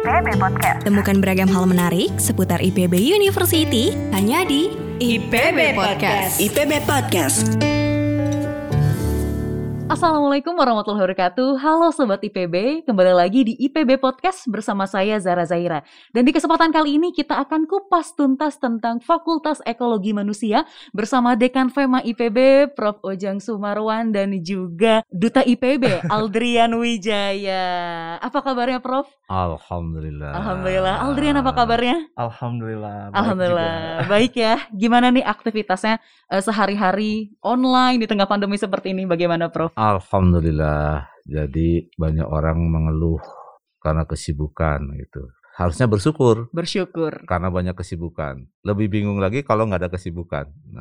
IPB Podcast. Temukan beragam hal menarik seputar IPB University hanya di IPB Podcast. IPB Podcast. Assalamualaikum warahmatullahi wabarakatuh. Halo Sobat IPB, kembali lagi di IPB Podcast bersama saya Zara Zaira. Dan di kesempatan kali ini kita akan kupas tuntas tentang Fakultas Ekologi Manusia bersama Dekan FEMA IPB, Prof. Ojang Sumarwan, dan juga Duta IPB, Aldrian Wijaya. Apa kabarnya, Prof? Alhamdulillah. Alhamdulillah. Aldrian, apa kabarnya? Alhamdulillah. Alhamdulillah. Baik ya. Gimana nih aktivitasnya sehari-hari online di tengah pandemi seperti ini? Bagaimana, Prof? Alhamdulillah. Jadi banyak orang mengeluh karena kesibukan gitu. Harusnya bersyukur. Bersyukur. Karena banyak kesibukan. Lebih bingung lagi kalau nggak ada kesibukan. Nah.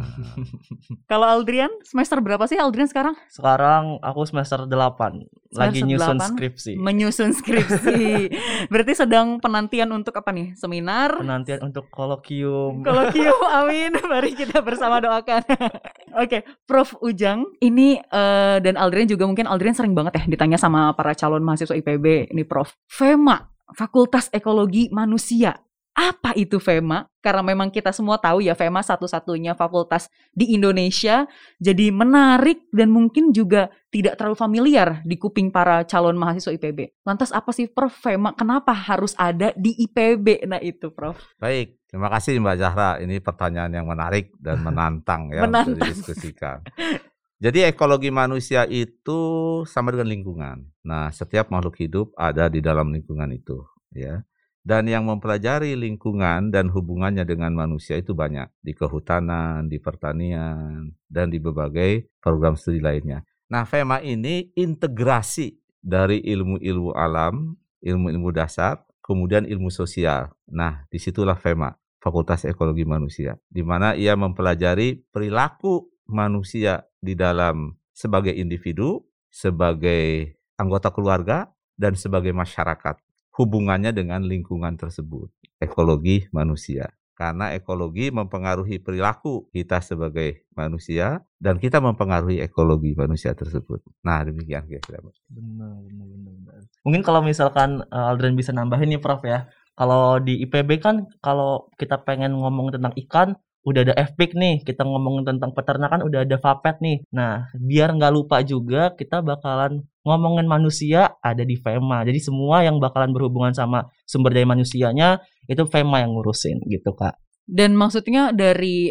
Kalau Aldrian, semester berapa sih Aldrian sekarang? Sekarang aku semester 8. Lagi nyusun skripsi. Menyusun skripsi. Berarti sedang penantian untuk apa nih? Seminar? Penantian untuk kolokium. Kolokium, amin. Mari kita bersama doakan. Oke, Prof. Ujang, ini dan Aldrian juga mungkin Aldrian sering banget ya ditanya sama para calon mahasiswa IPB. Ini Prof. FEMA, Fakultas Ekologi Manusia. Apa itu FEMA? Karena memang kita semua tahu ya FEMA satu-satunya fakultas di Indonesia. Jadi menarik dan mungkin juga tidak terlalu familiar di kuping para calon mahasiswa IPB. Lantas apa sih Prof FEMA? Kenapa harus ada di IPB? Nah itu Prof. Baik, terima kasih Mbak Zahra. Ini pertanyaan yang menarik dan menantang ya untuk didiskusikan. Jadi ekologi manusia itu sama dengan lingkungan. Nah, setiap makhluk hidup ada di dalam lingkungan itu, ya. Dan yang mempelajari lingkungan dan hubungannya dengan manusia itu banyak. Di kehutanan, di pertanian, dan di berbagai program studi lainnya. Nah, FEMA ini integrasi dari ilmu-ilmu alam, ilmu-ilmu dasar, kemudian ilmu sosial. Nah, disitulah FEMA, Fakultas Ekologi Manusia. Di mana ia mempelajari perilaku manusia di dalam sebagai individu, sebagai anggota keluarga, dan sebagai masyarakat. Hubungannya dengan lingkungan tersebut, ekologi manusia. Karena ekologi mempengaruhi perilaku kita sebagai manusia, dan kita mempengaruhi ekologi manusia tersebut. Nah, demikian kira-kira. Benar. Mungkin kalau misalkan Aldrian bisa nambahin nih Prof ya. Kalau di IPB kan kalau kita pengen ngomong tentang ikan, udah ada FPIK nih, kita ngomongin tentang peternakan udah ada FAPET nih. Nah, biar nggak lupa juga kita bakalan ngomongin manusia ada di FEMA. Jadi semua yang bakalan berhubungan sama sumber daya manusianya itu FEMA yang ngurusin gitu Kak. Dan maksudnya dari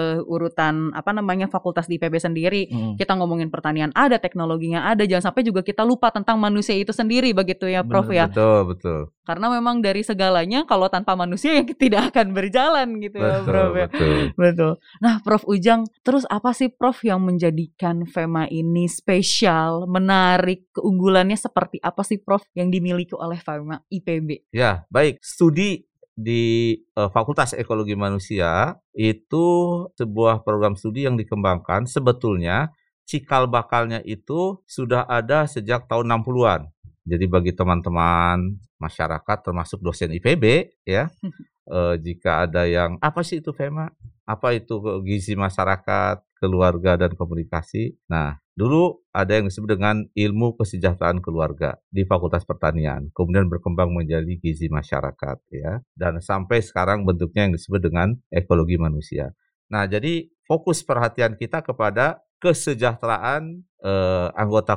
urutan fakultas di IPB sendiri, kita ngomongin pertanian ada, teknologinya ada, jangan sampai juga kita lupa tentang manusia itu sendiri begitu ya Prof. Bener, ya. Betul. Karena memang dari segalanya kalau tanpa manusia ya tidak akan berjalan gitu ya Prof. Ya. Betul. Nah Prof Ujang, terus apa sih Prof yang menjadikan FEMA ini spesial, menarik, keunggulannya seperti apa sih Prof yang dimiliki oleh FEMA IPB? Ya, baik. Studi di Fakultas Ekologi Manusia itu sebuah program studi yang dikembangkan sebetulnya cikal bakalnya itu sudah ada sejak tahun 60-an. Jadi bagi teman-teman masyarakat termasuk dosen IPB ya, jika ada yang apa sih itu FEMA? Apa itu gizi masyarakat, keluarga dan komunikasi? Nah, dulu ada yang disebut dengan ilmu kesejahteraan keluarga di Fakultas Pertanian, kemudian berkembang menjadi gizi masyarakat ya, dan sampai sekarang bentuknya yang disebut dengan ekologi manusia. Nah, jadi fokus perhatian kita kepada kesejahteraan anggota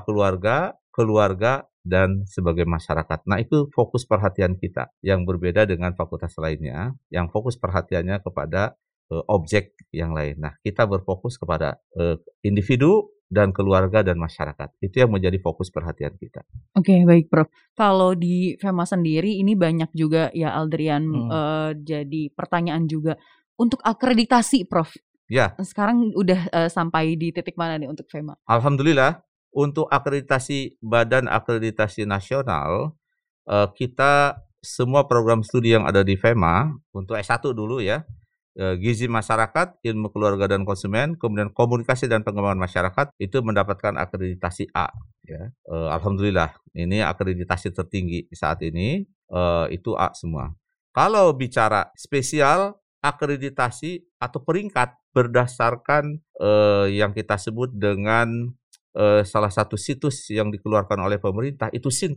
keluarga dan sebagai masyarakat. Nah, itu fokus perhatian kita yang berbeda dengan fakultas lainnya yang fokus perhatiannya kepada objek yang lain. Nah, kita berfokus kepada individu dan keluarga dan masyarakat. Itu yang menjadi fokus perhatian kita. Oke, baik Prof. Kalau di FEMA sendiri ini banyak juga ya Aldrian jadi pertanyaan juga untuk akreditasi Prof. Ya. Sekarang udah sampai di titik mana nih untuk FEMA? Alhamdulillah untuk akreditasi Badan Akreditasi Nasional kita semua program studi yang ada di FEMA untuk S1 dulu ya. Gizi masyarakat, ilmu keluarga dan konsumen, kemudian komunikasi dan pengembangan masyarakat itu mendapatkan akreditasi A. Ya. Alhamdulillah, ini akreditasi tertinggi saat ini itu A semua. Kalau bicara spesial, akreditasi atau peringkat berdasarkan yang kita sebut dengan salah satu situs yang dikeluarkan oleh pemerintah itu SINTA.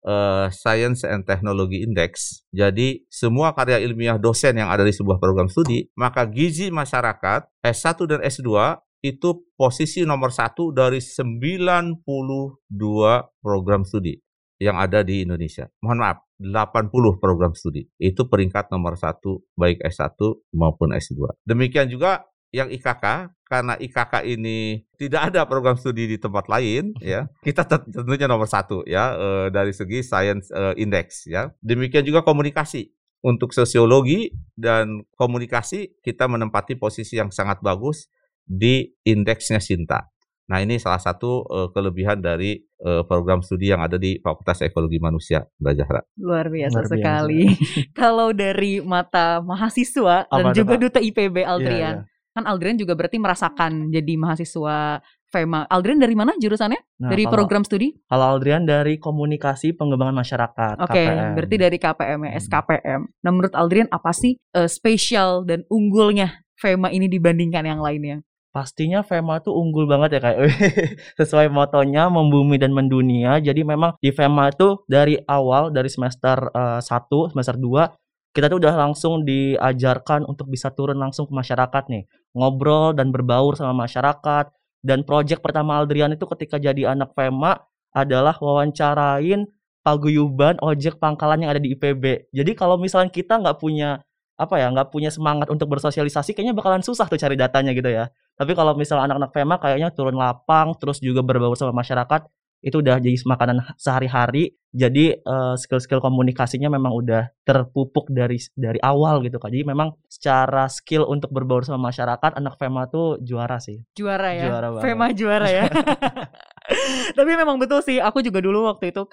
Science and Technology Index. Jadi semua karya ilmiah dosen yang ada di sebuah program studi, maka gizi masyarakat S1 dan S2 itu posisi nomor 1 dari 92 program studi yang ada di Indonesia. Mohon maaf, 80 program studi. Itu peringkat nomor 1 baik S1 maupun S2. Demikian juga yang IKK, karena IKK ini tidak ada program studi di tempat lain, ya, kita tentunya nomor 1 ya dari segi Science Index ya. Demikian juga komunikasi. Untuk sosiologi dan komunikasi kita menempati posisi yang sangat bagus di indeksnya Sinta. Nah, ini salah satu kelebihan dari program studi yang ada di Fakultas Ekologi Manusia, Mbak Zahra. Luar biasa sekali. Kalau dari mata mahasiswa dan juga Duta IPB Aldrian, kan Aldrian juga berarti merasakan jadi mahasiswa FEMA. Aldrian dari mana jurusannya? Dari program studi? Kalau Aldrian dari Komunikasi Pengembangan Masyarakat. Oke, berarti dari KPM, SKPM. Nah, menurut Aldrian apa sih spesial dan unggulnya FEMA ini dibandingkan yang lainnya? Pastinya FEMA tuh unggul banget ya kayak sesuai motonya membumi dan mendunia. Jadi memang di FEMA itu dari awal dari semester 1, semester 2 kita tuh udah langsung diajarkan untuk bisa turun langsung ke masyarakat nih, ngobrol dan berbaur sama masyarakat. Dan proyek pertama Aldrian itu ketika jadi anak FEMA adalah wawancarain paguyuban ojek pangkalan yang ada di IPB. Jadi kalau misalnya kita nggak punya semangat untuk bersosialisasi, kayaknya bakalan susah tuh cari datanya gitu ya. Tapi kalau misalnya anak-anak FEMA kayaknya turun lapang, terus juga berbaur sama masyarakat, itu udah jadi makanan sehari-hari. Jadi skill-skill komunikasinya memang udah terpupuk dari awal gitu Kak. Jadi memang secara skill untuk berbaur sama masyarakat, anak FEMA tuh juara sih. Juara ya? Juara banget. FEMA juara ya? Tapi memang betul sih, aku juga dulu waktu itu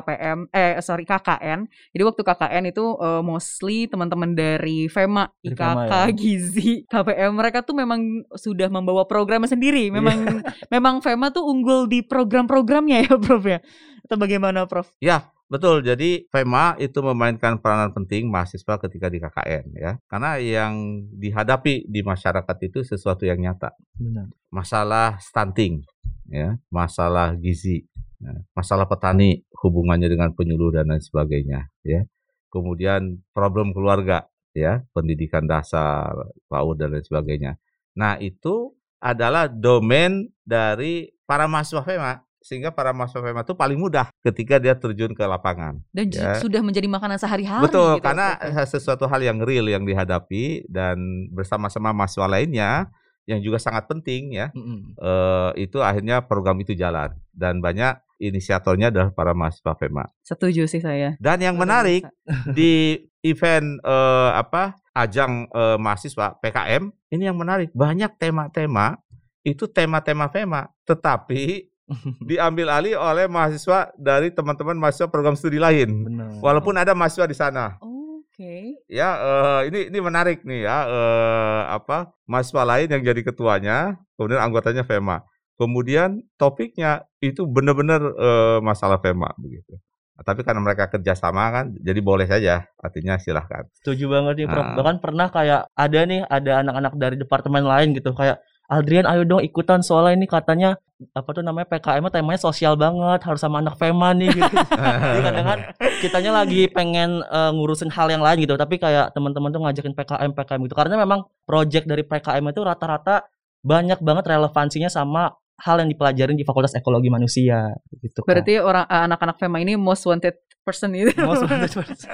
KKN. Jadi waktu KKN itu mostly teman-teman dari FEMA, IKK, ya. Gizi, KPM, mereka tuh memang sudah membawa programnya sendiri. Memang FEMA tuh unggul di program-programnya ya Prof ya? Atau bagaimana Prof? Ya, betul. Jadi FEMA itu memainkan peranan penting mahasiswa ketika di KKN ya. Karena yang dihadapi di masyarakat itu sesuatu yang nyata. Benar. Masalah stunting, ya, masalah gizi, ya, masalah petani hubungannya dengan penyuluh dan lain sebagainya, ya. Kemudian problem keluarga, ya, pendidikan dasar, PAUD dan lain sebagainya. Nah, itu adalah domain dari para mahasiswa FEMA. Sehingga para mahasiswa FEMA itu paling mudah ketika dia terjun ke lapangan. Dan ya. Sudah menjadi makanan sehari-hari. Betul, gitu, karena sesuatu hal yang real yang dihadapi dan bersama-sama mahasiswa lainnya yang juga sangat penting ya. Itu akhirnya program itu jalan dan banyak inisiatornya adalah para mahasiswa FEMA. Setuju sih saya. Dan yang menarik di event ajang mahasiswa PKM ini yang menarik, banyak tema-tema itu tema-tema FEMA, tetapi diambil alih oleh mahasiswa dari teman-teman mahasiswa program studi lain. Benar. Walaupun ada mahasiswa di sana. Oke. Ya, ini menarik nih ya, mahasiswa lain yang jadi ketuanya, kemudian anggotanya FEMA. Kemudian topiknya itu benar-benar masalah FEMA begitu. Tapi karena mereka kerjasama kan, jadi boleh saja, artinya silahkan. Setuju banget nih Prof. Bahkan pernah kayak ada anak-anak dari departemen lain gitu kayak Aldrian ayo dong ikutan soalnya ini katanya PKM temanya sosial banget, harus sama anak FEMA nih gitu. Jadi kadang-kadang kitanya lagi pengen ngurusin hal yang lain gitu, tapi kayak teman-teman tuh ngajakin PKM gitu. Karena memang project dari PKM itu rata-rata banyak banget relevansinya sama hal yang dipelajarin di Fakultas Ekologi Manusia gitu. Berarti anak-anak FEMA ini most wanted person gitu. Most wanted person.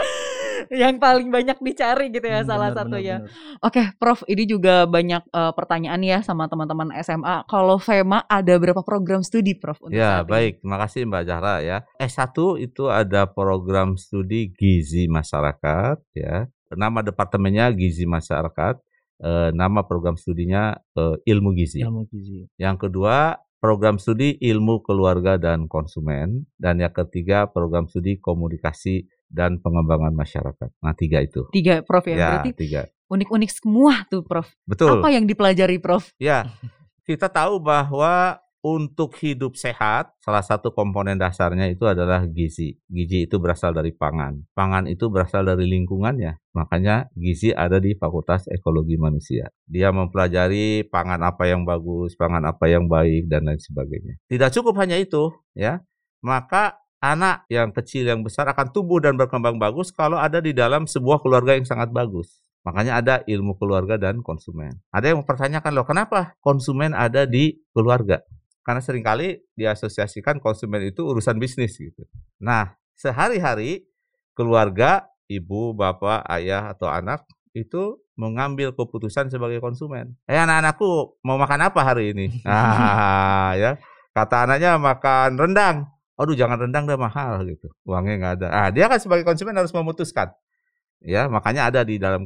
Yang paling banyak dicari gitu ya, salah satunya. Oke, Prof, ini juga banyak pertanyaan ya sama teman-teman SMA. Kalau FEMA ada berapa program studi, Prof? Untuk ya, saat baik. ini? Terima kasih Mbak Zahra ya. S1 itu ada program studi Gizi Masyarakat ya. Nama departemennya Gizi Masyarakat. Nama program studinya Ilmu Gizi. Ilmu Gizi. Yang kedua, program studi Ilmu Keluarga dan Konsumen. Dan yang ketiga, program studi Komunikasi dan Pengembangan Masyarakat. Nah, 3 itu. 3, Prof ya? Ya, Berarti 3. Unik-unik semua tuh, Prof. Betul. Apa yang dipelajari, Prof? Ya, kita tahu bahwa untuk hidup sehat, salah satu komponen dasarnya itu adalah gizi. Gizi itu berasal dari pangan. Pangan itu berasal dari lingkungannya. Makanya gizi ada di Fakultas Ekologi Manusia. Dia mempelajari pangan apa yang bagus, pangan apa yang baik, dan lain sebagainya. Tidak cukup hanya itu, ya. Maka anak yang kecil yang besar akan tumbuh dan berkembang bagus kalau ada di dalam sebuah keluarga yang sangat bagus. Makanya ada ilmu keluarga dan konsumen. Ada yang mempertanyakan, loh kenapa konsumen ada di keluarga? Karena seringkali diasosiasikan konsumen itu urusan bisnis gitu. Nah, sehari-hari keluarga, ibu, bapak, ayah, atau anak itu mengambil keputusan sebagai konsumen. Anak-anakku mau makan apa hari ini? Ya, kata anaknya makan rendang. Aduh, jangan rendang, dah mahal gitu. Uangnya nggak ada. Dia kan sebagai konsumen harus memutuskan. Ya, makanya ada di dalam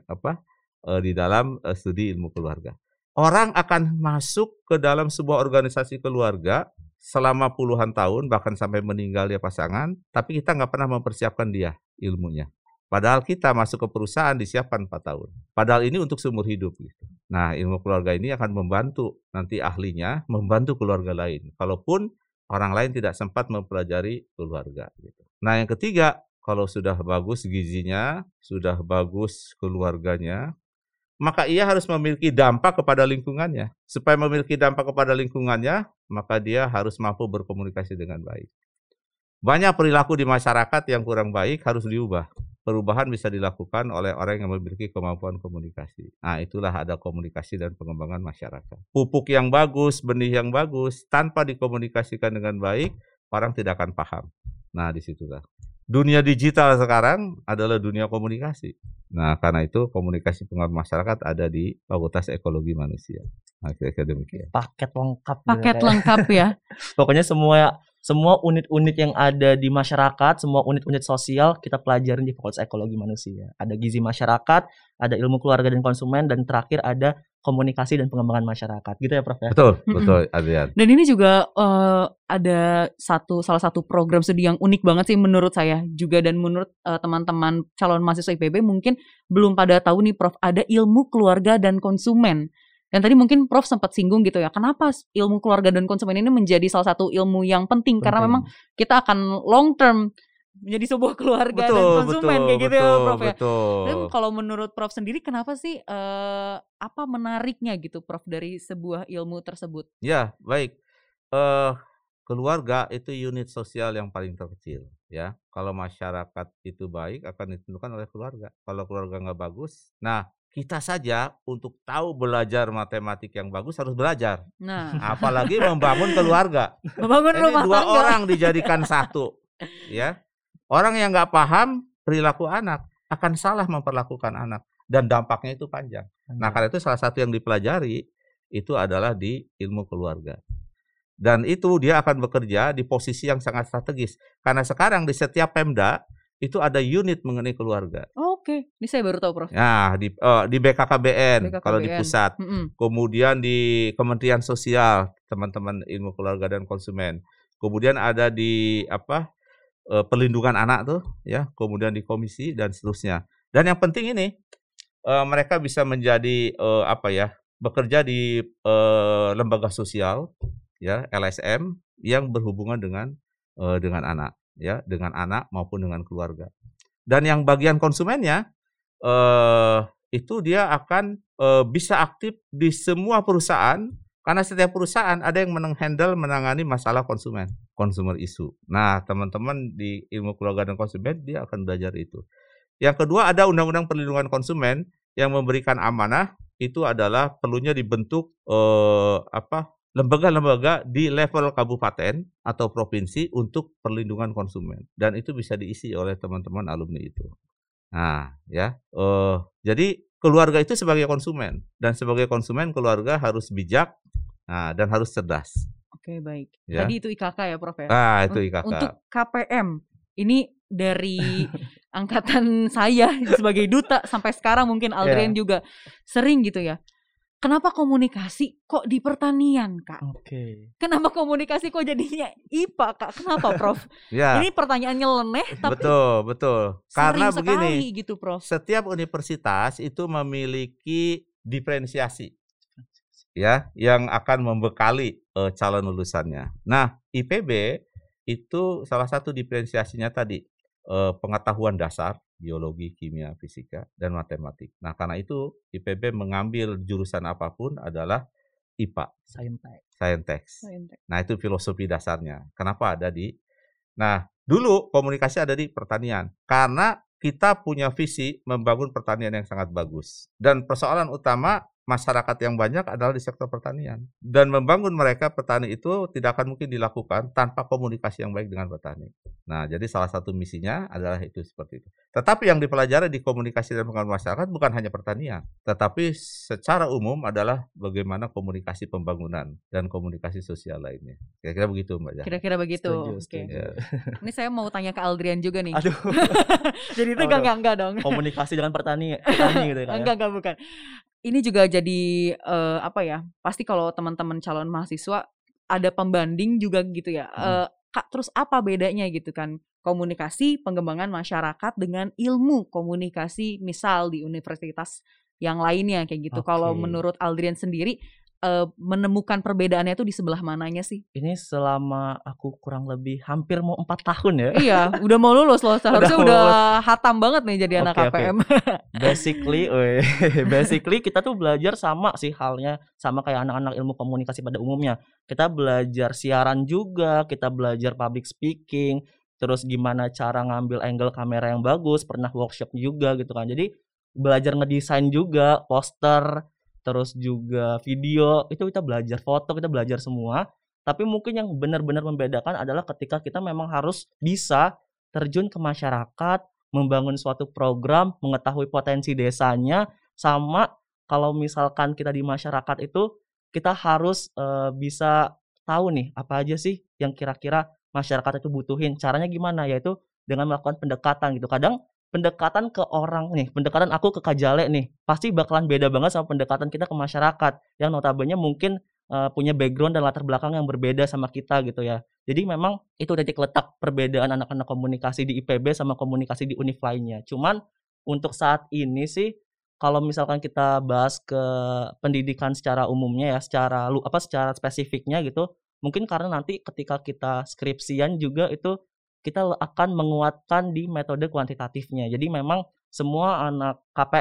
di dalam studi ilmu keluarga. Orang akan masuk ke dalam sebuah organisasi keluarga selama puluhan tahun, bahkan sampai meninggal dia pasangan, tapi kita nggak pernah mempersiapkan dia ilmunya. Padahal kita masuk ke perusahaan disiapkan 4 tahun. Padahal ini untuk seumur hidup. Gitu. Nah, ilmu keluarga ini akan membantu nanti ahlinya membantu keluarga lain. Kalaupun orang lain tidak sempat mempelajari keluarga. Gitu. Nah, yang ketiga, kalau sudah bagus gizinya, sudah bagus keluarganya, maka ia harus memiliki dampak kepada lingkungannya. Supaya memiliki dampak kepada lingkungannya, maka dia harus mampu berkomunikasi dengan baik. Banyak perilaku di masyarakat yang kurang baik harus diubah. Perubahan bisa dilakukan oleh orang yang memiliki kemampuan komunikasi. Nah, itulah ada komunikasi dan pengembangan masyarakat. Pupuk yang bagus, benih yang bagus, tanpa dikomunikasikan dengan baik, orang tidak akan paham. Nah, disitulah. Dunia digital sekarang adalah dunia komunikasi. Nah, karena itu komunikasi pengaruh masyarakat ada di Fakultas Ekologi Manusia. Nah, kira-kira demikian. Paket lengkap. Paket lengkap ya. Pokoknya semua unit-unit yang ada di masyarakat, semua unit-unit sosial kita pelajarin di Fakultas Ekologi Manusia. Ada gizi masyarakat, ada ilmu keluarga dan konsumen, dan terakhir ada komunikasi dan pengembangan masyarakat. Gitu ya, Prof ya? Betul, Adrian. Dan ini juga ada salah satu program studi yang unik banget sih menurut saya juga, dan menurut teman-teman calon mahasiswa IPB mungkin belum pada tahu nih Prof, ada ilmu keluarga dan konsumen. Dan tadi mungkin Prof sempat singgung gitu ya, kenapa ilmu keluarga dan konsumen ini menjadi salah satu ilmu yang penting. Karena memang kita akan long term menjadi sebuah keluarga dan konsumen kayak gitu ya Prof ya. Dan kalau menurut Prof sendiri kenapa sih apa menariknya gitu Prof dari sebuah ilmu tersebut? Ya, baik. Keluarga itu unit sosial yang paling terkecil ya. Kalau masyarakat itu baik akan ditentukan oleh keluarga. Kalau keluarga nggak bagus, nah kita saja untuk tahu belajar matematik yang bagus harus belajar. Nah, apalagi membangun keluarga. Membangun rumah Ini 2 tangga. orang dijadikan satu, ya. Orang yang nggak paham perilaku anak akan salah memperlakukan anak dan dampaknya itu panjang. Nah, karena itu salah satu yang dipelajari itu adalah di ilmu keluarga. Dan itu dia akan bekerja di posisi yang sangat strategis. Karena sekarang di setiap Pemda itu ada unit mengenai keluarga. Oke, ini saya baru tahu Prof. Nah, di BKKBN kalau di pusat. Kemudian di Kementerian Sosial, teman-teman ilmu keluarga dan konsumen. Kemudian ada di perlindungan anak tuh, ya. Kemudian di komisi dan seterusnya. Dan yang penting ini mereka bisa menjadi bekerja di lembaga sosial, ya, LSM yang berhubungan dengan anak. Ya, dengan anak maupun dengan keluarga. Dan yang bagian konsumennya itu dia akan bisa aktif di semua perusahaan, karena setiap perusahaan ada yang menangani masalah consumer issue. Nah, teman-teman di ilmu keluarga dan konsumen dia akan belajar itu. Yang kedua, ada Undang-Undang Perlindungan Konsumen yang memberikan amanah, itu adalah perlunya dibentuk lembaga-lembaga di level kabupaten atau provinsi untuk perlindungan konsumen, dan itu bisa diisi oleh teman-teman alumni itu. Nah, ya, jadi keluarga itu sebagai konsumen, dan sebagai konsumen keluarga harus bijak, dan harus cerdas. Oke, baik. Ya. Tadi itu IKK ya Prof ya. Itu IKK. Untuk KPM ini dari angkatan saya sebagai duta sampai sekarang mungkin Aldrian juga sering gitu ya. Kenapa komunikasi kok di pertanian, Kak? Oke. Kenapa komunikasi kok jadinya IPA, Kak? Kenapa, Prof? Ya. Ini pertanyaannya leneh tapi betul. Karena begini, gitu, Prof. Setiap universitas itu memiliki diferensiasi, ya, yang akan membekali calon lulusannya. Nah, IPB itu salah satu diferensiasinya tadi pengetahuan dasar, biologi, kimia, fisika, dan matematik. Nah, karena itu IPB mengambil jurusan apapun adalah IPA, Saintek. Nah, itu filosofi dasarnya. Kenapa ada di Nah, dulu komunikasi ada di pertanian karena kita punya visi membangun pertanian yang sangat bagus. Dan persoalan utama masyarakat yang banyak adalah di sektor pertanian. Dan membangun mereka petani itu tidak akan mungkin dilakukan tanpa komunikasi yang baik dengan petani. Nah, jadi salah satu misinya adalah itu seperti itu. Tetapi yang dipelajari di komunikasi dan pengembangan masyarakat bukan hanya pertanian, tetapi secara umum adalah bagaimana komunikasi pembangunan dan komunikasi sosial lainnya. Kira-kira begitu, Mbak Jah. Kira-kira begitu. Setuju, Oke. setuju. Ya. Ini saya mau tanya ke Aldrian juga nih. Aduh, Jadi itu Waduh. enggak dong. komunikasi dengan petani gitu ya, Kak, ya. Enggak bukan. Ini juga jadi apa ya? Pasti kalau teman-teman calon mahasiswa ada pembanding juga gitu ya. Kak, terus apa bedanya gitu kan? Komunikasi pengembangan masyarakat dengan ilmu komunikasi misal di universitas yang lainnya kayak gitu. Oke. Kalau menurut Aldrian sendiri menemukan perbedaannya itu di sebelah mananya sih? Ini selama aku kurang lebih hampir mau 4 tahun ya. Iya, udah mau lulus loh. Seharusnya Udah udah lulus. hatam banget nih jadi anak Oke, oke. KPM. Basically kita tuh belajar sama sih halnya sama kayak anak-anak ilmu komunikasi pada umumnya. Kita belajar siaran juga, kita belajar public speaking, terus gimana cara ngambil angle kamera yang bagus, pernah workshop juga gitu kan. Jadi belajar ngedesain juga, poster, terus juga video, itu kita belajar foto, kita belajar semua. Tapi mungkin yang benar-benar membedakan adalah ketika kita memang harus bisa terjun ke masyarakat, membangun suatu program, mengetahui potensi desanya, sama kalau misalkan kita di masyarakat itu kita harus bisa tahu nih apa aja sih yang kira-kira masyarakat itu butuhin. Caranya gimana? Yaitu dengan melakukan pendekatan gitu. Kadang pendekatan ke orang nih, pendekatan aku ke Kak Jale nih, pasti bakalan beda banget sama pendekatan kita ke masyarakat yang notabene mungkin punya background dan latar belakang yang berbeda sama kita gitu ya. Jadi memang itu titik letak perbedaan anak-anak komunikasi di IPB sama komunikasi di univ lainnya. Cuman untuk saat ini sih kalau misalkan kita bahas ke pendidikan secara umumnya ya, secara spesifiknya gitu, mungkin karena nanti ketika kita skripsian juga itu kita akan menguatkan di metode kuantitatifnya. Jadi memang semua anak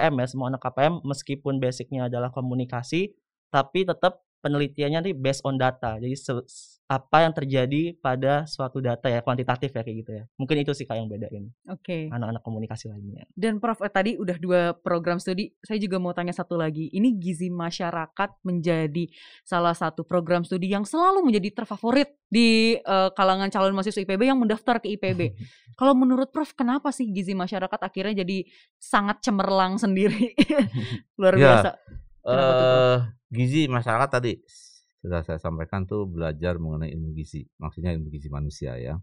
KPM meskipun basicnya adalah komunikasi, tapi tetap penelitiannya nih based on data. Jadi apa yang terjadi pada suatu data ya, kuantitatif ya kayak gitu ya. Mungkin itu sih Kak yang bedain Oke. anak-anak komunikasi lainnya. Dan Prof, tadi udah 2 program studi, saya juga mau tanya satu lagi. Ini gizi masyarakat menjadi salah satu program studi yang selalu menjadi terfavorit di kalangan calon mahasiswa IPB yang mendaftar ke IPB. Kalau menurut Prof, kenapa sih gizi masyarakat akhirnya jadi sangat cemerlang sendiri? Luar Ya, biasa. Kenapa tuh, Prof? Gizi masyarakat tadi sudah saya sampaikan tuh belajar mengenai ilmu gizi, maksudnya ilmu gizi manusia ya.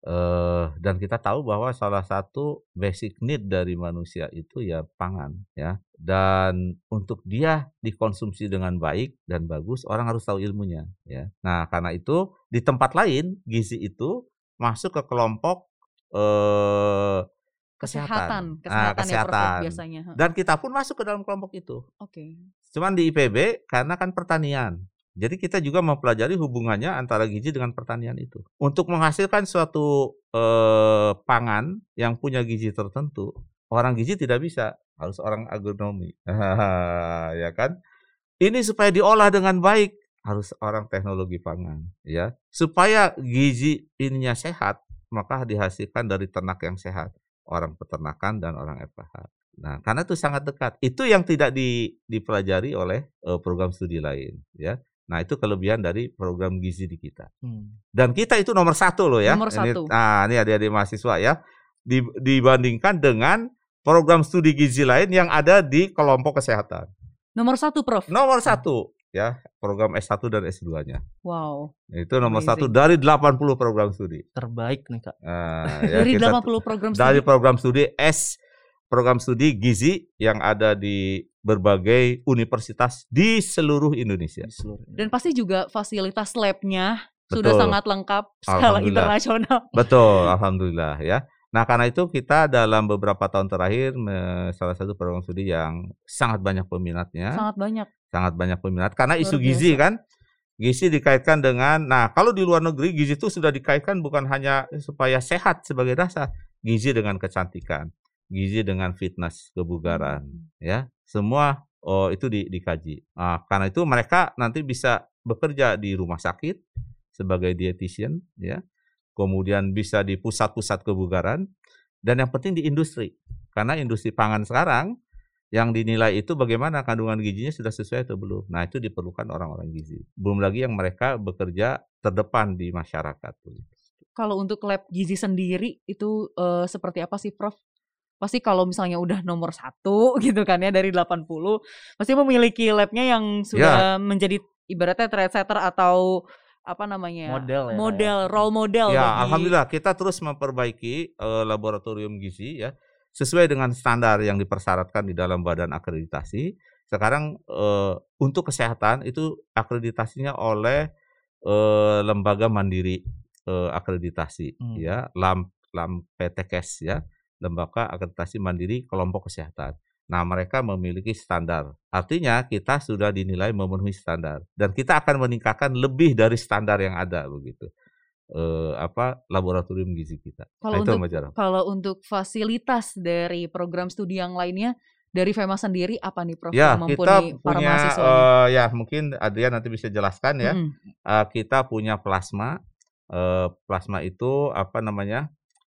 Dan kita tahu bahwa salah satu basic need dari manusia itu ya pangan ya. Dan untuk dia dikonsumsi dengan baik dan bagus, orang harus tahu ilmunya ya. Nah, karena itu di tempat lain gizi itu masuk ke kelompok Kesehatan Nah, ya Prof ya kesehatan. biasanya. Dan kita pun masuk ke dalam kelompok itu. Oke. Cuman di IPB karena kan pertanian. Jadi kita juga mempelajari hubungannya antara gizi dengan pertanian itu. Untuk menghasilkan suatu pangan yang punya gizi tertentu, orang gizi tidak bisa, harus orang agronomi. Ya kan? Ini supaya diolah dengan baik, harus orang teknologi pangan, ya. Supaya gizi ininya sehat, maka dihasilkan dari ternak yang sehat, orang peternakan dan orang FKH. Nah, karena itu sangat dekat. Itu yang tidak dipelajari oleh program studi lain, ya. Nah, itu kelebihan dari program gizi di kita. Dan kita itu nomor 1 loh ya. Nomor 1. Ini adik-adik mahasiswa ya. Dibandingkan dengan program studi gizi lain yang ada di kelompok kesehatan. Nomor 1, Prof. Nomor 1 ya, program S1 dan S2-nya. Wow. Itu nomor Amazing. 1 dari 80 program studi. Terbaik nih Kak. Ya, Dari kita 80 program studi. dari program studi gizi yang ada di berbagai universitas di seluruh Indonesia. Di seluruh Dan pasti juga fasilitas lab-nya sudah Betul. sangat lengkap skala Alhamdulillah. internasional. Betul, alhamdulillah ya. Nah, karena itu kita dalam beberapa tahun terakhir salah satu program studi yang sangat banyak peminatnya. Sangat banyak peminat karena Luar isu gizi biasa. kan. Gizi dikaitkan dengan, nah kalau di luar negeri gizi itu sudah dikaitkan bukan hanya supaya sehat sebagai dasar, gizi dengan kecantikan, gizi dengan fitness, kebugaran, ya. Semua itu dikaji. Nah, karena itu mereka nanti bisa bekerja di rumah sakit sebagai dietitian, ya. kemudian bisa di pusat-pusat kebugaran, dan yang penting di industri. Karena industri pangan sekarang yang dinilai itu bagaimana kandungan gizinya sudah sesuai atau belum. Nah, itu diperlukan orang-orang gizi. Belum lagi yang mereka bekerja terdepan di masyarakat. Kalau untuk lab gizi sendiri itu seperti apa sih, Prof? Pasti kalau misalnya udah nomor 1 gitu kan ya dari 80, pasti memiliki labnya yang sudah menjadi ibaratnya trendsetter atau apa namanya, model role model. Ya, alhamdulillah kita terus memperbaiki laboratorium gizi ya sesuai dengan standar yang dipersyaratkan di dalam badan akreditasi. Sekarang untuk kesehatan itu akreditasinya oleh lembaga mandiri akreditasi ya, LAMPTKes ya, lembaga akreditasi mandiri kelompok kesehatan. Nah, mereka memiliki standar. Artinya kita sudah dinilai memenuhi standar dan kita akan meningkatkan lebih dari standar yang ada begitu. Laboratorium gizi kita. Kalau untuk fasilitas dari program studi yang lainnya dari FEMA sendiri apa nih, Prof? Ya, yang kita para punya mahasiswa mungkin Adrian nanti bisa jelaskan ya. Kita punya plasma. Plasma itu apa namanya?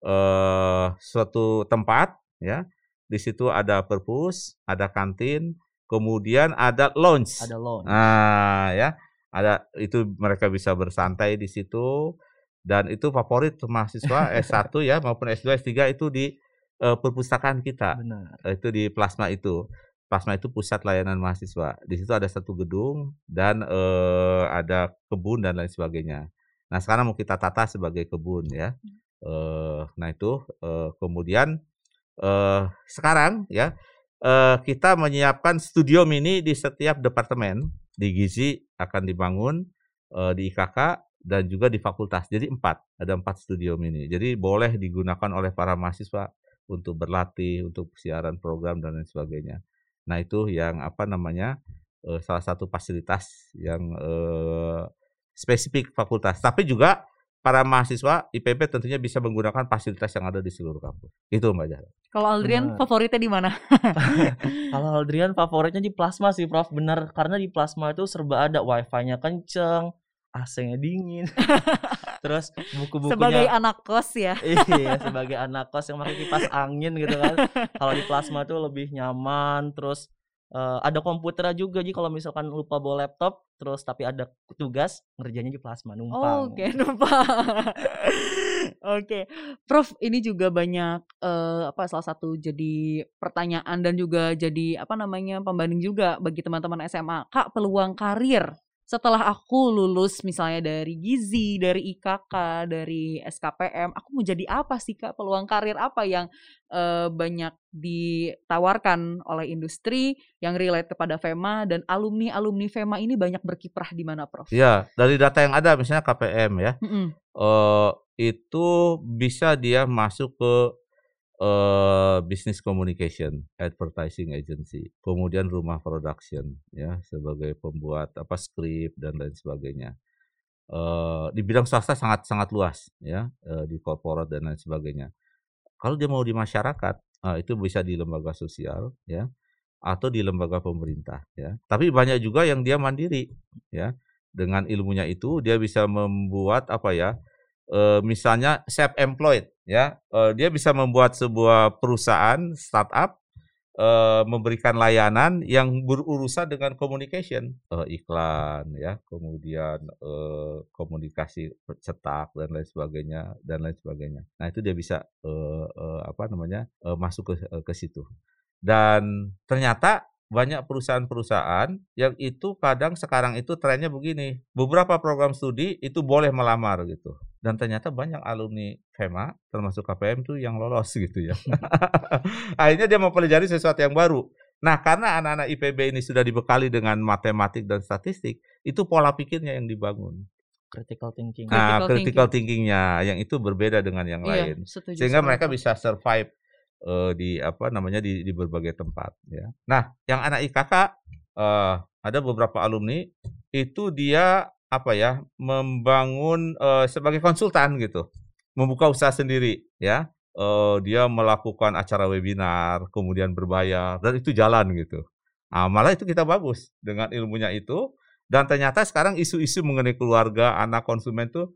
Suatu tempat ya. Di situ ada perpus, ada kantin, kemudian ada lounge. Nah, ya. Ada itu mereka bisa bersantai di situ dan itu favorit mahasiswa S1 ya maupun S2, S3 itu di perpustakaan kita. Benar. Itu di Plasma itu. Plasma itu pusat layanan mahasiswa. Di situ ada satu gedung dan ada kebun dan lain sebagainya. Nah, sekarang mau kita tata sebagai kebun ya. Nah itu kemudian sekarang ya kita menyiapkan studio mini di setiap departemen. Di gizi akan dibangun, di IKK dan juga di fakultas. Jadi ada 4 studio mini. Jadi boleh digunakan oleh para mahasiswa untuk berlatih, untuk siaran program dan lain sebagainya. Nah itu yang apa namanya salah satu fasilitas yang spesifik fakultas. Tapi juga para mahasiswa IPB tentunya bisa menggunakan fasilitas yang ada di seluruh kampus. Itu Mbak Zahra. Kalau Aldrian favoritnya di mana? Kalau Aldrian favoritnya di Plasma sih, Prof. Bener, karena di Plasma itu serba ada, wifi-nya kenceng, AC-nya dingin. Terus buku-bukunya sebagai anak kos ya. Iya, sebagai anak kos yang pakai kipas angin gitu kan. Kalau di Plasma tuh lebih nyaman, terus ada komputer juga. Jadi kalau misalkan lupa bawa laptop terus tapi ada tugas ngerjainnya di Plasma, numpang. Oke, numpang. Oke, Prof, ini juga banyak salah satu jadi pertanyaan dan juga jadi pembanding juga bagi teman-teman SMA. Kak, peluang karir setelah aku lulus misalnya dari gizi, dari IKK, dari SKPM, aku mau jadi apa sih, Kak? Peluang karir apa yang banyak ditawarkan oleh industri yang relate kepada FEMA, dan alumni FEMA ini banyak berkiprah di mana, Prof? Ya, dari data yang ada misalnya KPM ya, itu bisa dia masuk ke business communication, advertising agency, kemudian rumah production ya sebagai pembuat skrip dan lain sebagainya. Di bidang swasta sangat luas ya, di corporate dan lain sebagainya. Kalau dia mau di masyarakat, itu bisa di lembaga sosial ya atau di lembaga pemerintah ya. Tapi banyak juga yang dia mandiri ya. Dengan ilmunya itu dia bisa membuat misalnya self-employed ya, dia bisa membuat sebuah perusahaan startup, memberikan layanan yang berurusan dengan communication, iklan ya, kemudian komunikasi cetak dan lain sebagainya. Nah itu dia bisa masuk ke situ. Dan ternyata banyak perusahaan-perusahaan yang itu kadang sekarang itu trennya begini, beberapa program studi itu boleh melamar gitu. Dan ternyata banyak alumni FEMA termasuk KPM tuh yang lolos gitu ya. Akhirnya dia mempelajari sesuatu yang baru. Nah, karena anak-anak IPB ini sudah dibekali dengan matematik dan statistik, itu pola pikirnya yang dibangun. Critical thinking. Nah, critical thinkingnya yang itu berbeda dengan yang lain. Sehingga mereka bisa survive di berbagai tempat ya. Nah, yang anak IKK ada beberapa alumni itu dia membangun sebagai konsultan gitu, membuka usaha sendiri ya. Dia melakukan acara webinar, kemudian berbayar dan itu jalan gitu. Malah itu kita bagus dengan ilmunya itu, dan ternyata sekarang isu-isu mengenai keluarga, anak, konsumen tuh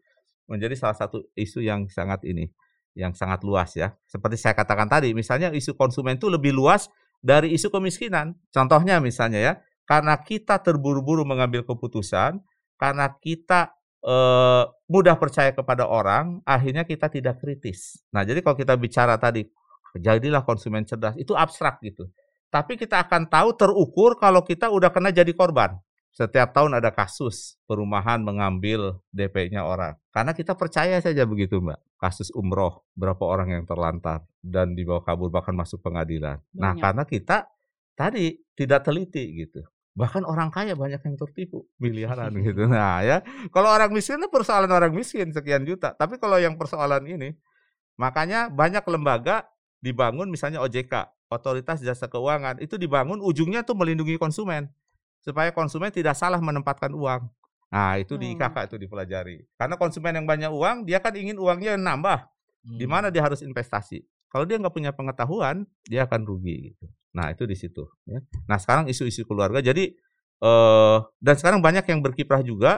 menjadi salah satu isu yang sangat luas ya. Seperti saya katakan tadi, misalnya isu konsumen itu lebih luas dari isu kemiskinan. Contohnya misalnya ya, karena kita terburu-buru mengambil keputusan, karena kita mudah percaya kepada orang, akhirnya kita tidak kritis. Nah, jadi kalau kita bicara tadi, jadilah konsumen cerdas, itu abstrak gitu. Tapi kita akan tahu terukur kalau kita udah kena jadi korban. Setiap tahun ada kasus perumahan mengambil DP-nya orang. Karena kita percaya saja begitu, Mbak. Kasus umroh, berapa orang yang terlantar dan dibawa kabur bahkan masuk pengadilan. Nah, karena kita tadi tidak teliti gitu. Bahkan orang kaya banyak yang tertipu, miliaran gitu. Nah ya, kalau orang miskin itu persoalan orang miskin sekian juta. Tapi kalau yang persoalan ini, makanya banyak lembaga dibangun, misalnya OJK, Otoritas Jasa Keuangan, itu dibangun ujungnya tuh melindungi konsumen. Supaya konsumen tidak salah menempatkan uang. Nah itu di IKK itu dipelajari. Karena konsumen yang banyak uang, dia kan ingin uangnya nambah. Di mana dia harus investasi. Kalau dia nggak punya pengetahuan, dia akan rugi gitu. Nah itu di situ. Ya. Nah sekarang isu-isu keluarga. Jadi dan sekarang banyak yang berkiprah juga.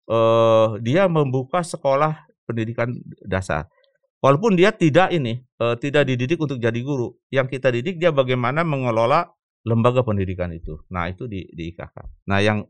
Dia membuka sekolah pendidikan dasar. Walaupun dia tidak dididik untuk jadi guru. Yang kita didik dia bagaimana mengelola lembaga pendidikan itu. Nah itu di IKK. Nah yang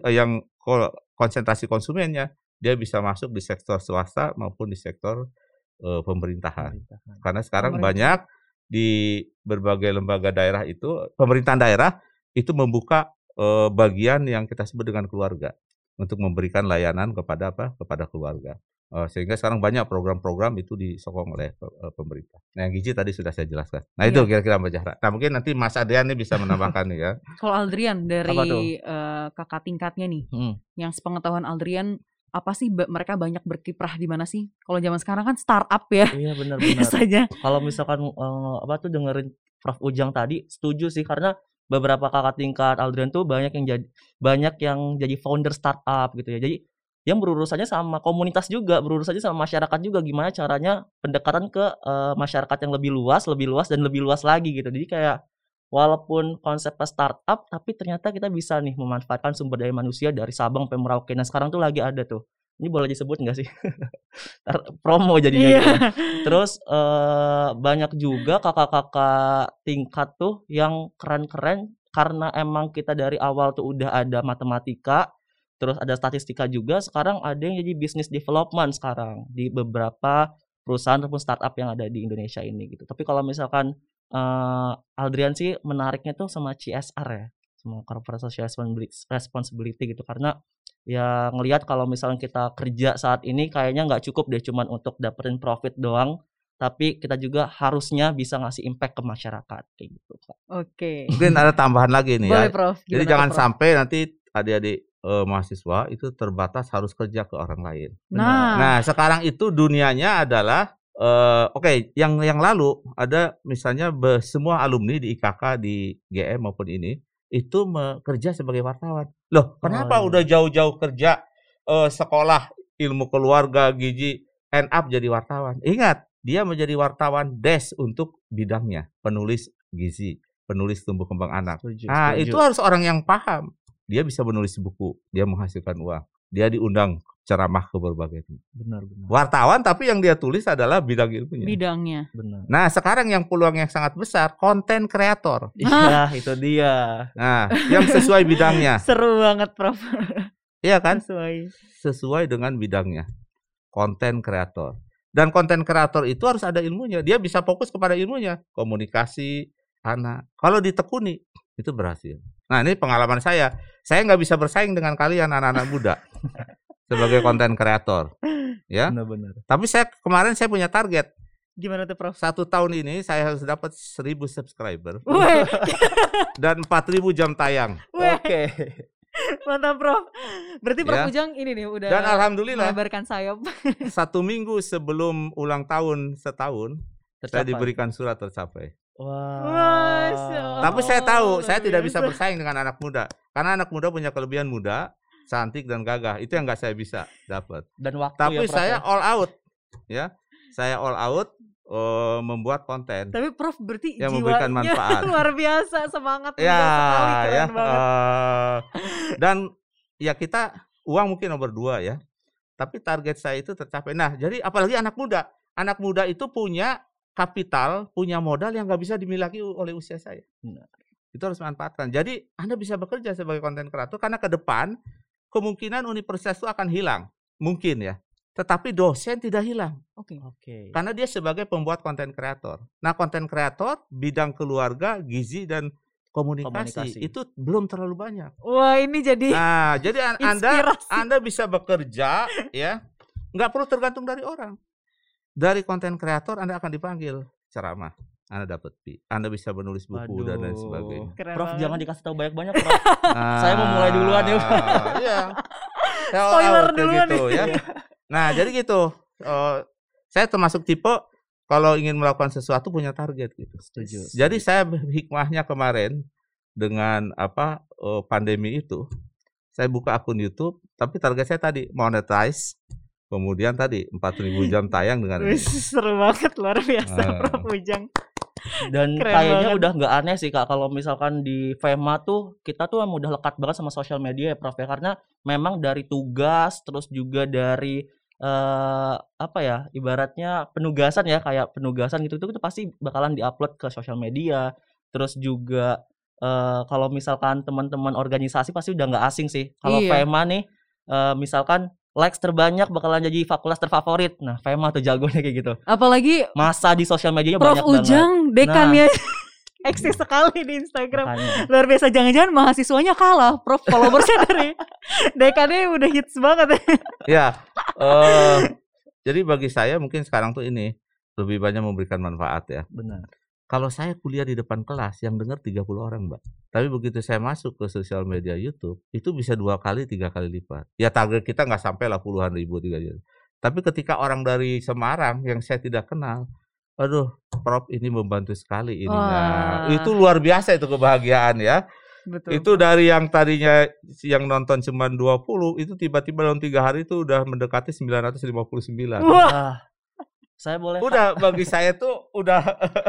konsentrasi konsumennya, dia bisa masuk di sektor swasta maupun di sektor pemerintahan. Karena sekarang banyak di berbagai lembaga daerah itu, pemerintahan daerah itu membuka bagian yang kita sebut dengan keluarga untuk memberikan layanan kepada keluarga. Sehingga sekarang banyak program-program itu disokong oleh pemerintah. Nah yang gizi tadi sudah saya jelaskan. Nah itu kira-kira Mbak Zahra. Nah mungkin nanti Mas Adrian nih bisa menambahkan nih ya. Kalau Aldrian dari kakak tingkatnya nih, yang sepengetahuan Aldrian, apa sih mereka banyak berkiprah di mana sih? Kalau zaman sekarang kan startup ya. Iya benar-benar. Biasanya. Kalau misalkan dengerin Prof Ujang tadi, setuju sih karena beberapa kakak tingkat Aldrian tuh banyak yang jadi founder startup gitu ya. Jadi yang berurusannya sama komunitas juga, berurusannya sama masyarakat juga, gimana caranya pendekatan ke masyarakat yang lebih luas dan lebih luas lagi gitu. Jadi kayak walaupun konsepnya startup, tapi ternyata kita bisa nih memanfaatkan sumber daya manusia dari Sabang sampai Merauke. Nah sekarang tuh lagi ada tuh. Ini boleh disebut nggak sih? Promo jadinya gitu. Terus banyak juga kakak-kakak tingkat tuh yang keren-keren karena emang kita dari awal tuh udah ada matematika, terus ada statistika juga. Sekarang ada yang jadi business development sekarang di beberapa perusahaan ataupun startup yang ada di Indonesia ini gitu. Tapi kalau misalkan Aldrian sih menariknya tuh sama CSR ya, sama corporate social responsibility gitu, karena ya ngelihat kalau misalnya kita kerja saat ini kayaknya nggak cukup deh cuman untuk dapetin profit doang, tapi kita juga harusnya bisa ngasih impact ke masyarakat kayak gitu Kak. Oke. Mungkin ada tambahan lagi nih Boleh, ya. Prof. Jadi jangan sampai nanti adik-adik mahasiswa itu terbatas harus kerja ke orang lain. Nah sekarang itu dunianya adalah yang lalu ada misalnya semua alumni di IKK, di GM maupun ini itu kerja sebagai wartawan. Loh, kenapa udah jauh-jauh kerja sekolah ilmu keluarga, gizi, end up jadi wartawan? Ingat, dia menjadi wartawan untuk bidangnya, penulis gizi, penulis tumbuh kembang anak. Setuju. Itu harus orang yang paham. Dia bisa menulis buku, dia menghasilkan uang, dia diundang ceramah ke berbagai tempat. Benar. Wartawan tapi yang dia tulis adalah bidangnya. Benar. Nah, sekarang yang peluang yang sangat besar konten kreator. Iya, itu dia. Nah, yang sesuai bidangnya. Seru banget, Prof. Iya kan? Sesuai dengan bidangnya. Konten kreator. Dan konten kreator itu harus ada ilmunya. Dia bisa fokus kepada ilmunya, komunikasi, anak. Kalau ditekuni itu berhasil. Nah, ini pengalaman saya. Saya nggak bisa bersaing dengan kalian anak-anak muda. Sebagai konten kreator, ya. Benar. Tapi kemarin saya punya target. Gimana tuh, Prof? 1 tahun ini saya harus dapat 1.000 subscriber dan 4.000 jam tayang. Oke. Mantap, Prof. Berarti Prof Ujang ini nih udah. Dan alhamdulillah melebarkan sayap. 1 minggu sebelum ulang tahun setahun, saya diberikan surat tercapai. Wow. Tapi saya tahu saya tidak bisa bersaing dengan anak muda, karena anak muda punya kelebihan muda, cantik dan gagah. Itu yang nggak saya bisa dapat. Dan waktu. Tapi saya all out, ya. Saya all out membuat konten. Tapi Prof berarti yang memberikan manfaat. Luar biasa, semangat ya, sekali, keren banget. Dan ya kita uang mungkin nomor 2 ya. tapi target saya itu tercapai. Nah, jadi apalagi anak muda. Anak muda itu punya kapital, punya modal yang nggak bisa dimiliki oleh usia saya. Itu harus manfaatkan. Jadi Anda bisa bekerja sebagai konten kreator karena ke depan kemungkinan universitas itu akan hilang. Mungkin ya. Tetapi dosen tidak hilang. Oke. Karena dia sebagai pembuat konten kreator. Nah, konten kreator bidang keluarga, gizi dan komunikasi itu belum terlalu banyak. Wah, ini jadi Nah, jadi inspirasi. Anda bisa bekerja ya. Nggak perlu tergantung dari orang. Dari konten kreator Anda akan dipanggil ceramah. Anda dapat fee. Anda bisa menulis buku dan lain sebagainya. Keren Prof, banget. jangan dikasih tahu banyak-banyak, Prof. Saya mau mulai duluan ya. Iya. Spoiler duluan gitu, ya. Nah, jadi gitu. Saya termasuk tipe kalau ingin melakukan sesuatu punya target gitu. Setuju. Jadi saya hikmahnya kemarin dengan pandemi itu, saya buka akun YouTube, tapi target saya tadi monetize. Kemudian tadi 4.000 jam tayang dengan Wih, seru banget, luar biasa Prof Ujang. Dan Keren kayaknya banget. udah nggak aneh sih Kak kalau misalkan di FEMA tuh kita tuh udah lekat banget sama sosial media ya Prof ya, karena memang dari tugas terus juga dari ibaratnya penugasan ya, kayak penugasan gitu itu pasti bakalan diupload ke sosial media. Terus juga kalau misalkan teman-teman organisasi pasti udah nggak asing sih kalau Iya. FEMA nih misalkan likes terbanyak bakalan jadi fakultas terfavorit. Nah, FEMA tuh jagonya kayak gitu. Apalagi Masa di sosial medianya Prof banyak banget. Ujang dekannya eksis sekali di Instagram. Makanya. Luar biasa, jangan-jangan mahasiswanya kalah, Prof. Followersnya dari dekannya udah hits banget. Ya, jadi bagi saya mungkin sekarang tuh ini lebih banyak memberikan manfaat ya. Benar. Kalau saya kuliah di depan kelas yang dengar 30 orang, Mbak. Tapi begitu saya masuk ke sosial media YouTube, itu bisa 2 kali, 3 kali lipat. Ya target kita nggak sampai lah puluhan ribu, 3 juta. Tapi ketika orang dari Semarang yang saya tidak kenal, aduh, Prof ini membantu sekali ininya. Wah. Itu luar biasa itu kebahagiaan ya. Betul. Itu dari yang tadinya yang nonton cuma 20, itu tiba-tiba dalam 3 hari itu udah mendekati 959. Wah, Saya boleh Udah bagi saya tuh udah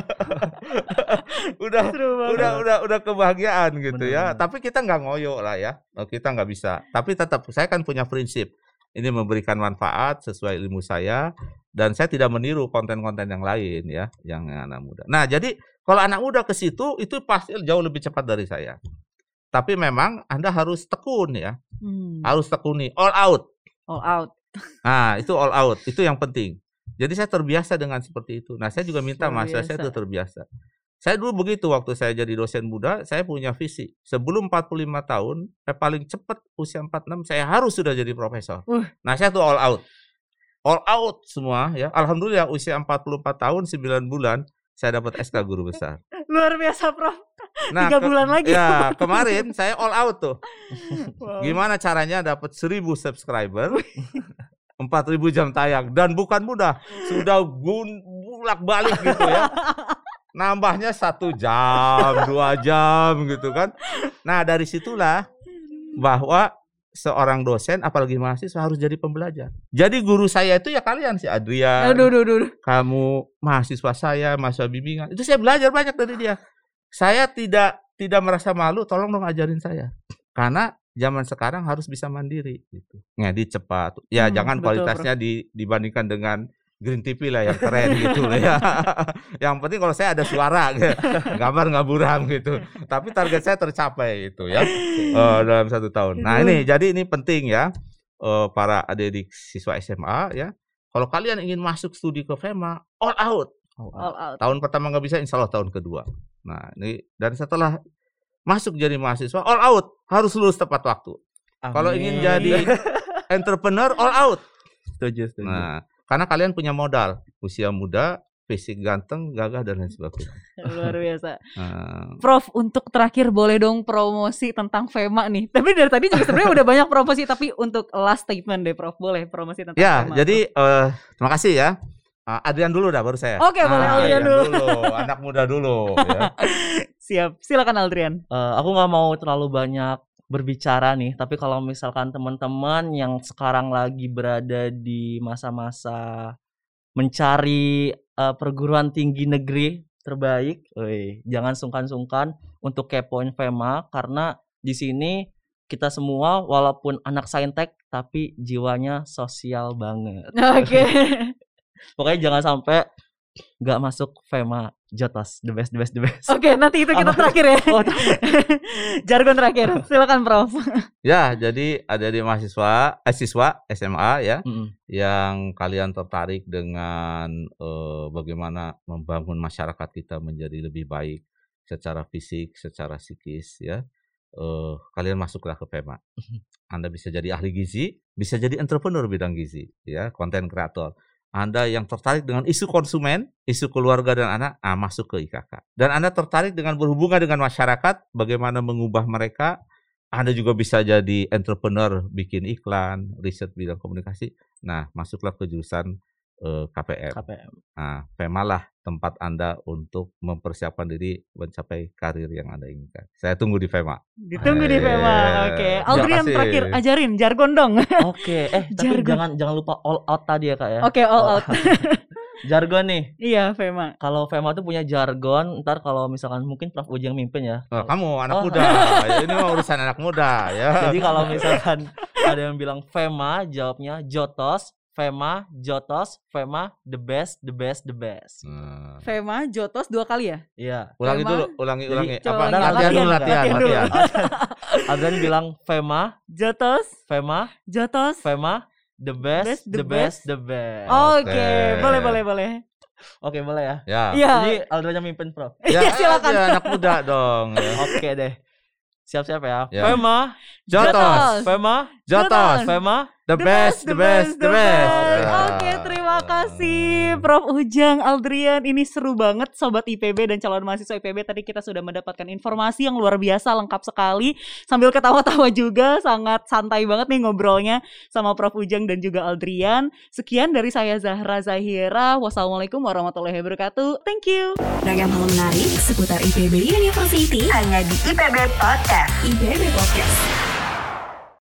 seru banget. udah kebahagiaan gitu ya. Benar. Tapi kita nggak ngoyo lah ya. Kita nggak bisa. Tapi tetap saya kan punya prinsip. Ini memberikan manfaat sesuai ilmu saya dan saya tidak meniru konten-konten yang lain ya, yang anak muda. Nah, jadi kalau anak muda ke situ itu pasti jauh lebih cepat dari saya. Tapi memang Anda harus tekun ya. Harus tekuni, all out. All out. Nah, itu all out. Itu yang penting. Jadi saya terbiasa dengan seperti itu. Nah, saya juga minta Luar mahasiswa saya biasa. itu terbiasa. Saya dulu begitu waktu saya jadi dosen muda, saya punya visi. Sebelum 45 tahun, paling cepat usia 46 saya harus sudah jadi profesor. Nah, saya tuh all out. All out semua ya. Alhamdulillah usia 44 tahun 9 bulan saya dapat SK guru besar. Luar biasa, Prof. Nah, 3 bulan lagi. Ya, kemarin saya all out tuh. Wow. Gimana caranya dapat 1.000 subscriber? 4.000 jam tayang dan bukan mudah, sudah bolak-balik gitu ya. Nambahnya 1 jam, 2 jam gitu kan. Nah, dari situlah bahwa seorang dosen apalagi mahasiswa harus jadi pembelajar. Jadi guru saya itu ya kalian si Adrian. Aduh. Kamu mahasiswa saya, mahasiswa bimbingan. Itu saya belajar banyak dari dia. Saya tidak merasa malu, tolong dong ajarin saya. Karena zaman sekarang harus bisa mandiri gitu. Ngedit cepat. Ya jangan betul, kualitasnya dibandingkan dengan Green TV lah yang keren gitu lah ya. Yang penting kalau saya ada suara, gambar nggak buram gitu. Tapi target saya tercapai itu ya dalam 1 tahun. Nah jadi ini penting ya para adik-adik siswa SMA ya. Kalau kalian ingin masuk studi ke FEMA, all out. All out. Tahun pertama nggak bisa, insya Allah tahun kedua. Nah ini dan setelah masuk jadi mahasiswa, all out, harus lulus tepat waktu. Kalau ingin jadi entrepreneur, all out. Setuju. Nah, karena kalian punya modal, usia muda, fisik ganteng, gagah dan lain sebagainya. Luar biasa. Prof, untuk terakhir boleh dong promosi tentang FEMA nih. Tapi dari tadi juga sebenarnya udah banyak promosi, tapi untuk last statement deh Prof, boleh promosi tentang ya, FEMA. jadi terima kasih ya. Adrian dulu dah baru saya. Oke, boleh Adrian dulu. Anak muda dulu. Ya. Siap, silakan Adrian. Aku nggak mau terlalu banyak berbicara nih, tapi kalau misalkan teman-teman yang sekarang lagi berada di masa-masa mencari perguruan tinggi negeri terbaik, jangan sungkan-sungkan untuk kepoin FEMA karena di sini kita semua walaupun anak saintek tapi jiwanya sosial banget. Oke. Pokoknya jangan sampai nggak masuk FEMA Jotos, the best. Oke, nanti itu kita Apa? terakhir ya. Oh, Jargon terakhir. Silakan Prof. Ya, jadi ada di siswa SMA ya, yang kalian tertarik dengan bagaimana membangun masyarakat kita menjadi lebih baik secara fisik, secara psikis ya. Kalian masuklah ke FEMA. Anda bisa jadi ahli gizi, bisa jadi entrepreneur bidang gizi ya, konten kreator. Anda yang tertarik dengan isu konsumen, isu keluarga dan anak, masuk ke IKK. Dan Anda tertarik dengan berhubungan dengan masyarakat, bagaimana mengubah mereka, Anda juga bisa jadi entrepreneur, bikin iklan, riset bidang komunikasi. Nah, masuklah ke jurusan KPM. Nah, FEMA lah tempat Anda untuk mempersiapkan diri mencapai karir yang Anda inginkan. Saya tunggu di FEMA. Ditunggu di FEMA. Oke. Aldrian terakhir ajarin jargon dong. Oke, tapi jangan lupa all out tadi ya Kak ya. Oke, all out. Jargon nih. Iya, FEMA. Kalau FEMA tuh punya jargon, ntar kalau misalkan mungkin Prof Ujang mimpin ya. Kamu anak muda. Ini mah urusan anak muda ya. Jadi kalau misalkan ada yang bilang FEMA, jawabnya Jotos. FEMA, Jotos, FEMA, the best. FEMA, Jotos 2 kali ya? Iya. Ulangi FEMA. dulu, ulangi. Coba Latihan. Adrian bilang FEMA, Jotos, FEMA, Jotos, FEMA, the best. Oke, boleh. Oke, boleh ya. Ya. Iya. Jadi Adrian mimpin Prof. Ya, silakan. anak muda dong. Ya. Oke deh. Siap-siap ya. Ya. FEMA, Jotos. FEMA, Jotos. FEMA, The best. Oke, terima kasih Prof Ujang, Aldrian. Ini seru banget Sobat IPB dan calon mahasiswa IPB. Tadi kita sudah mendapatkan informasi yang luar biasa, lengkap sekali. Sambil ketawa-tawa juga, sangat santai banget nih ngobrolnya sama Prof Ujang dan juga Aldrian. Sekian dari saya Zahra Zahira. Wassalamualaikum warahmatullahi wabarakatuh. Thank you. Ragam hal menarik seputar IPB University hanya di IPB Podcast. IPB Podcast.